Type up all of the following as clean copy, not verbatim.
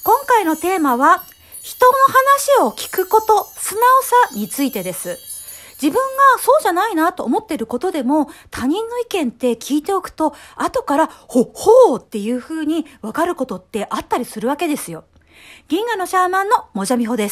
今回のテーマは、人の話を聞くこと、素直さについてです。自分がそうじゃないなと思っていることでも、他人の意見って聞いておくと、後からほうっていう風に分かることってあったりするわけですよ。銀河のシャーマンのもじゃみほです。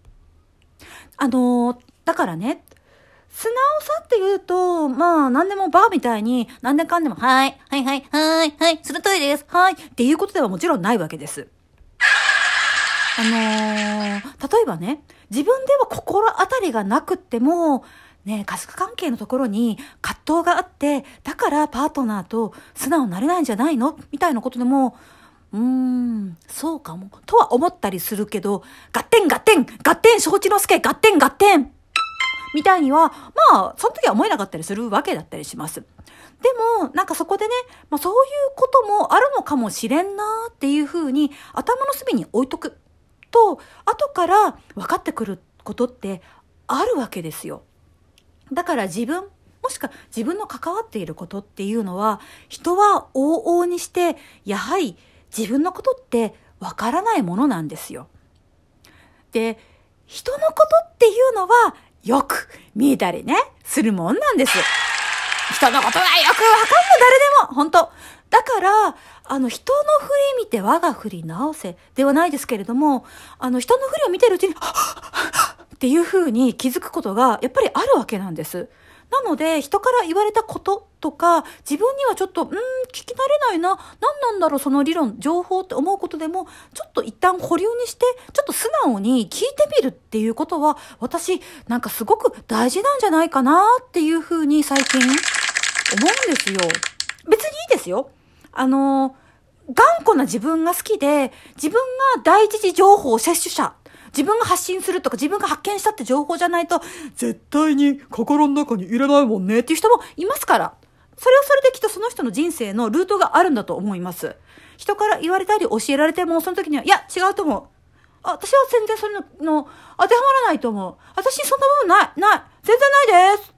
だからね、素直さって言うと、何でもバーみたいに、何でかんでも、はい、その通りです、はい、っていうことではもちろんないわけです。例えばね、自分では心当たりがなくっても、家族関係のところに葛藤があって、だからパートナーと素直になれないんじゃないのみたいなことでも、そうかも、とは思ったりするけど、ガッテン承知の助、ガッテンみたいには、その時は思えなかったりするわけだったりします。でも、そこでね、そういうこともあるのかもしれんなっていうふうに頭の隅に置いとくと、後から分かってくることってあるわけですよ。だから自分、もしくは自分の関わっていることっていうのは、人は往々にして、やはり自分のことって分からないものなんですよ。で、人のことっていうのは、よく見えたりね、するもんなんです。人のことがよくわかんの、誰でも、本当。だから、人の振り見て我が振り直せではないですけれども、人の振りを見てるうちに、っていう風に気づくことがやっぱりあるわけなんです。なので、人から言われたこととか、自分にはちょっと、聞き慣れないな、何なんだろうその理論、情報って思うことでも、ちょっと一旦保留にして、ちょっと素直に聞いてみるっていうことは、私、すごく大事なんじゃないかなっていうふうに最近思うんですよ。別にいいですよ。頑固な自分が好きで、自分が第一次情報摂取者、自分が発信するとか自分が発見したって情報じゃないと絶対に心の中に入れないもんねっていう人もいますから、それはそれできっとその人の人生のルートがあるんだと思います。人から言われたり教えられてもその時には、いや違うと思う、私は全然それの当てはまらないと思う、私にそんな部分ない全然ないです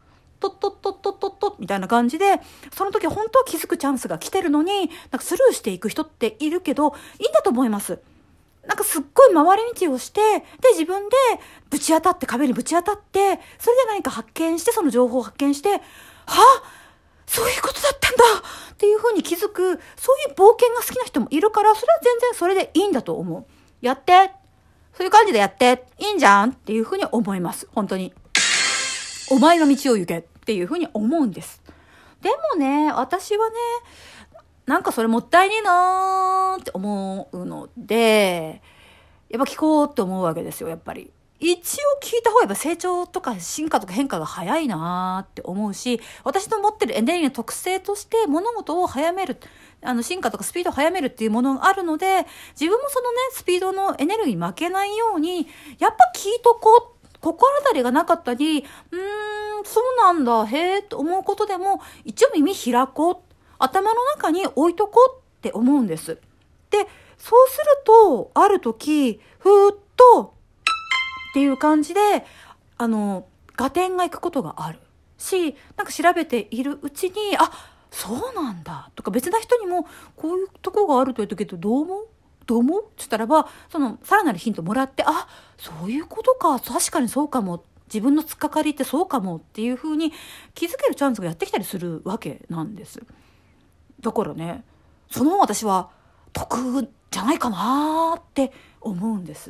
みたいな感じで、その時本当は気づくチャンスが来てるのにスルーしていく人っているけど、いいんだと思います。すっごい回り道をして、で、自分で壁にぶち当たって、それで何か発見して、その情報を発見して、そういうことだったんだっていう風に気づく、そういう冒険が好きな人もいるから、それは全然それでいいんだと思う。やって。そういう感じでやって。いいんじゃんっていう風に思います。本当に。お前の道を行けっていう風に思うんです。でもね、私はね、それもったいねえなーって思うので、やっぱ聞こうって思うわけですよ、やっぱり。一応聞いた方がやっぱ成長とか進化とか変化が早いなーって思うし、私の持ってるエネルギーの特性として物事を早める、進化とかスピードを早めるっていうものがあるので、自分もそのね、スピードのエネルギーに負けないように、やっぱ聞いとこう。心当たりがなかったり、そうなんだ、へーって思うことでも、一応耳開こう。頭の中に置いとこうって思うんです。で、そうすると、ある時、ふーっと、っていう感じで、合点がいくことがあるし、調べているうちに、そうなんだ、とか別な人にも、こういうとこがあると言うときってどう思うって言ったらば、さらなるヒントもらって、そういうことか、確かにそうかも。自分の突っかかりってそうかもっていう風に気づけるチャンスがやってきたりするわけなんです。だからね、その私は得じゃないかなって思うんです。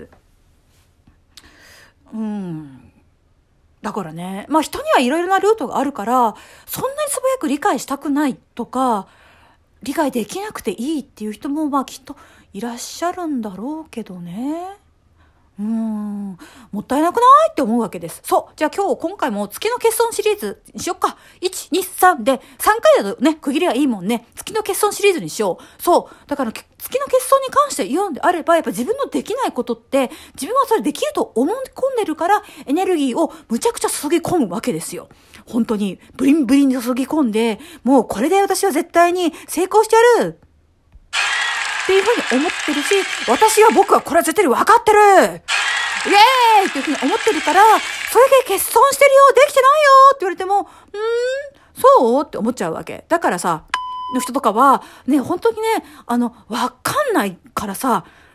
だからね、人にはいろいろなルートがあるから、そんなに素早く理解したくないとか、理解できなくていいっていう人もきっといらっしゃるんだろうけどね。もったいなくないって思うわけです。そう。じゃあ今回も月の欠損シリーズにしよっか。1、2、3で、3回だとね、区切りはいいもんね。月の欠損シリーズにしよう。そう。だから月の欠損に関して言うんであれば、やっぱ自分のできないことって、自分はそれできると思い込んでるから、エネルギーをむちゃくちゃ注ぎ込むわけですよ。本当に、ブリンブリンに注ぎ込んで、もうこれで私は絶対に成功してやるっていうふうに思ってるし、僕はこれは絶対に分かってる、イエーイっていうふうに思ってるから、それで欠損してるよ、できてないよって言われても、そうって思っちゃうわけ。だからさ、の人とかは、ね、本当にね、分かんないからさ、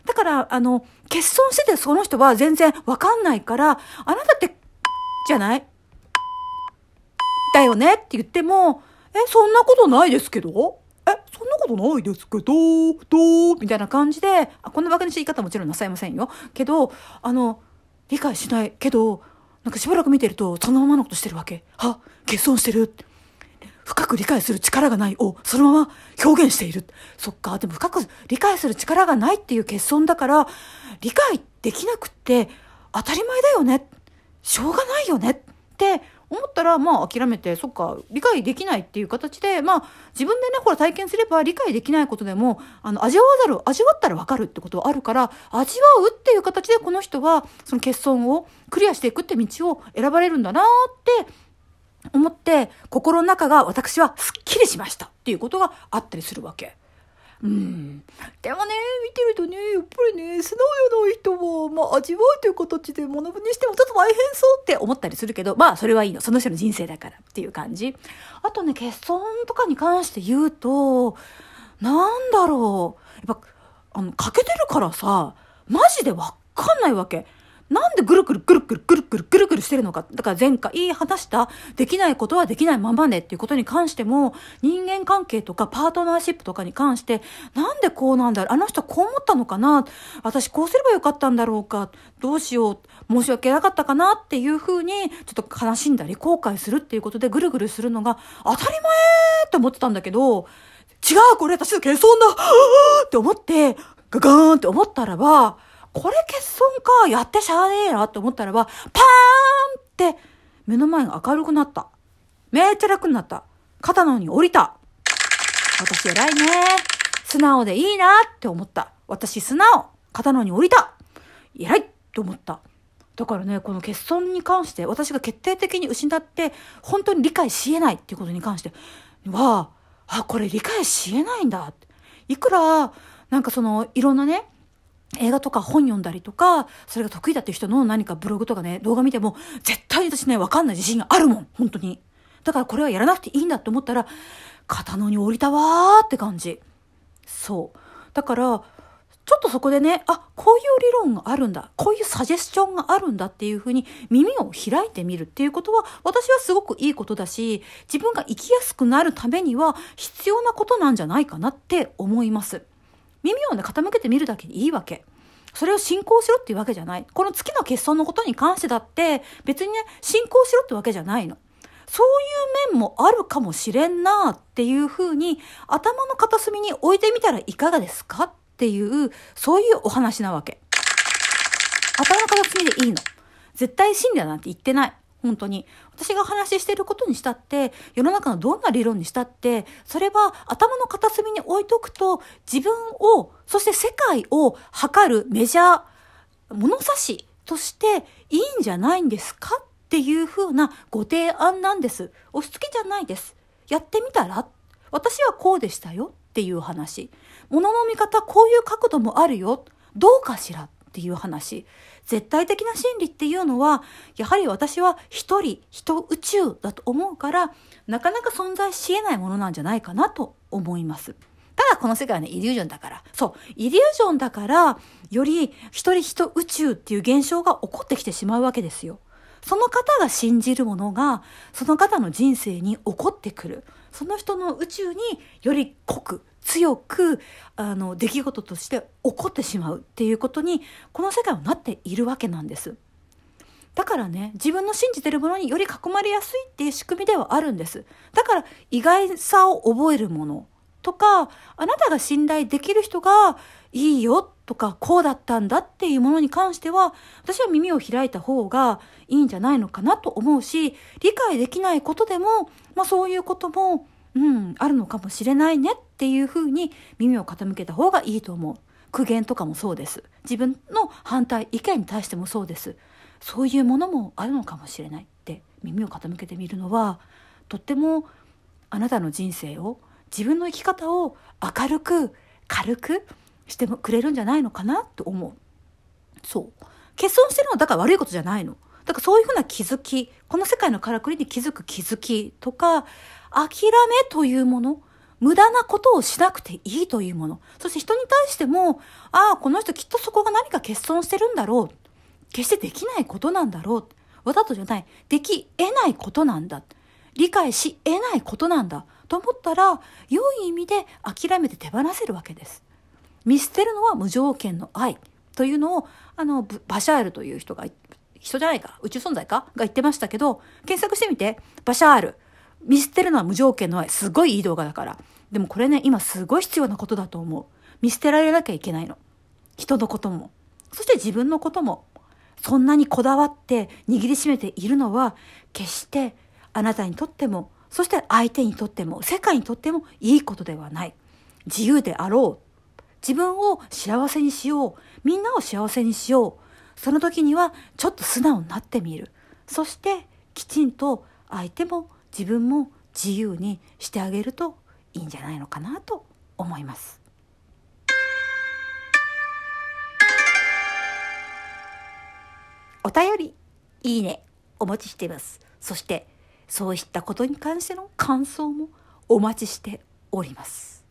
だから、欠損しててその人は全然わかんないから、あなたって、じゃないだよねって言っても、そんなことないですけどそんなことないですけどみたいな感じで、こんなバカにした言い方はもちろんなさいませんよ。けど、理解しないけど、なんかしばらく見てると、そのままのことしてるわけ。欠損してる。深く理解する力がないをそのまま表現している。そっか、でも深く理解する力がないっていう欠損だから、理解できなくって当たり前だよね。しょうがないよねって思ったら、諦めて、そっか、理解できないっていう形で、自分でね、体験すれば理解できないことでも、味わったらわかるってことはあるから、味わうっていう形でこの人は、その欠損をクリアしていくって道を選ばれるんだなって思って、心の中が私はすっきりしましたっていうことがあったりするわけ。でもね、見てるとね、やっぱりね、素直やない人は、味わうという形で学ぶにしてもちょっと大変そうって思ったりするけど、それはいいの。その人の人生だからっていう感じ。あとね、欠損とかに関して言うと、なんだろう。やっぱ、欠けてるからさ、マジでわかんないわけ。なんでぐるぐるしてるのか。だから前回話したできないことはできないままでっていうことに関しても、人間関係とかパートナーシップとかに関して、なんでこうなんだろう、あの人はこう思ったのかな、私こうすればよかったんだろうか、どうしよう、申し訳なかったかなっていうふうにちょっと悲しんだり後悔するっていうことでぐるぐるするのが当たり前って思ってたんだけど、違う、これ私の欠損だって思ってガガーンって思ったらば、これ欠損か、やってしゃあねえなって思ったらば、パーンって目の前が明るくなった。めっちゃ楽になった。肩の上に降りた。私偉いね。素直でいいなって思った。私素直。肩の上に降りた。偉いって思った。だからね、この欠損に関して私が決定的に失って本当に理解し得ないっていうことに関しては、これ理解し得ないんだって。いくらなんかいろんなね、映画とか本読んだりとか、それが得意だっていう人の何かブログとかね、動画見ても絶対に私ね、わかんない自信があるもん、本当に。だからこれはやらなくていいんだって思ったら、肩のに降りたわーって感じ。そう。だから、ちょっとそこでね、こういう理論があるんだ、こういうサジェスチョンがあるんだっていうふうに耳を開いてみるっていうことは、私はすごくいいことだし、自分が生きやすくなるためには必要なことなんじゃないかなって思います。耳をね、傾けてみるだけでいいわけ。それを信仰しろっていうわけじゃない。この月の欠損のことに関してだって別にね、信仰しろってわけじゃないの。そういう面もあるかもしれんなっていうふうに頭の片隅に置いてみたらいかがですかっていう、そういうお話なわけ。頭の片隅でいいの。絶対真理だなんて言ってない。本当に。私が話していることにしたって、世の中のどんな理論にしたって、それは頭の片隅に置いとくと、自分を、そして世界を測るメジャー、物差しとしていいんじゃないんですかっていう風なご提案なんです。押し付けじゃないです。やってみたら、私はこうでしたよっていう話。物の見方、こういう角度もあるよ。どうかしらっていう話。絶対的な真理っていうのは、やはり私は一人、一宇宙だと思うから、なかなか存在し得ないものなんじゃないかなと思います。ただこの世界はね、イリュージョンだから。そう、イリュージョンだから、より一人一宇宙っていう現象が起こってきてしまうわけですよ。その方が信じるものが、その方の人生に起こってくる。その人の宇宙により濃く、強く出来事として起こってしまうっていうことにこの世界はなっているわけなんです。だからね、自分の信じてるものにより囲まれやすいっていう仕組みではあるんです。だから意外さを覚えるものとか、あなたが信頼できる人がいいよとかこうだったんだっていうものに関しては、私は耳を開いた方がいいんじゃないのかなと思うし、理解できないことでも、そういうこともあるのかもしれないねっていうふうに耳を傾けた方がいいと思う。苦言とかもそうです。自分の反対意見に対してもそうです。そういうものもあるのかもしれないって耳を傾けてみるのは、とってもあなたの人生を、自分の生き方を明るく軽くしてくれるんじゃないのかなと思う。そう。欠損してるのはだから悪いことじゃないの。だからそういうふうな気づき、この世界のからくりに気づく気づきとか、諦めというもの無駄なことをしなくていいというもの。そして人に対しても、ああ、この人きっとそこが何か欠損してるんだろう。決してできないことなんだろう。わざとじゃない。でき得ないことなんだ。理解し得ないことなんだ。と思ったら、良い意味で諦めて手放せるわけです。見捨てるのは無条件の愛というのを、バシャールという人じゃないか、宇宙存在かが言ってましたけど、検索してみて、バシャール。見捨てるのは無条件の愛。すごいいい動画だから。でもこれね、今すごい必要なことだと思う。見捨てられなきゃいけないの。人のことも。そして自分のことも。そんなにこだわって握りしめているのは、決してあなたにとっても、そして相手にとっても、世界にとってもいいことではない。自由であろう。自分を幸せにしよう。みんなを幸せにしよう。その時にはちょっと素直になってみる。そしてきちんと相手も自分も自由にしてあげるといいんじゃないのかなと思います。お便り、いいね、お待ちしています。そしてそういったことに関しての感想もお待ちしております。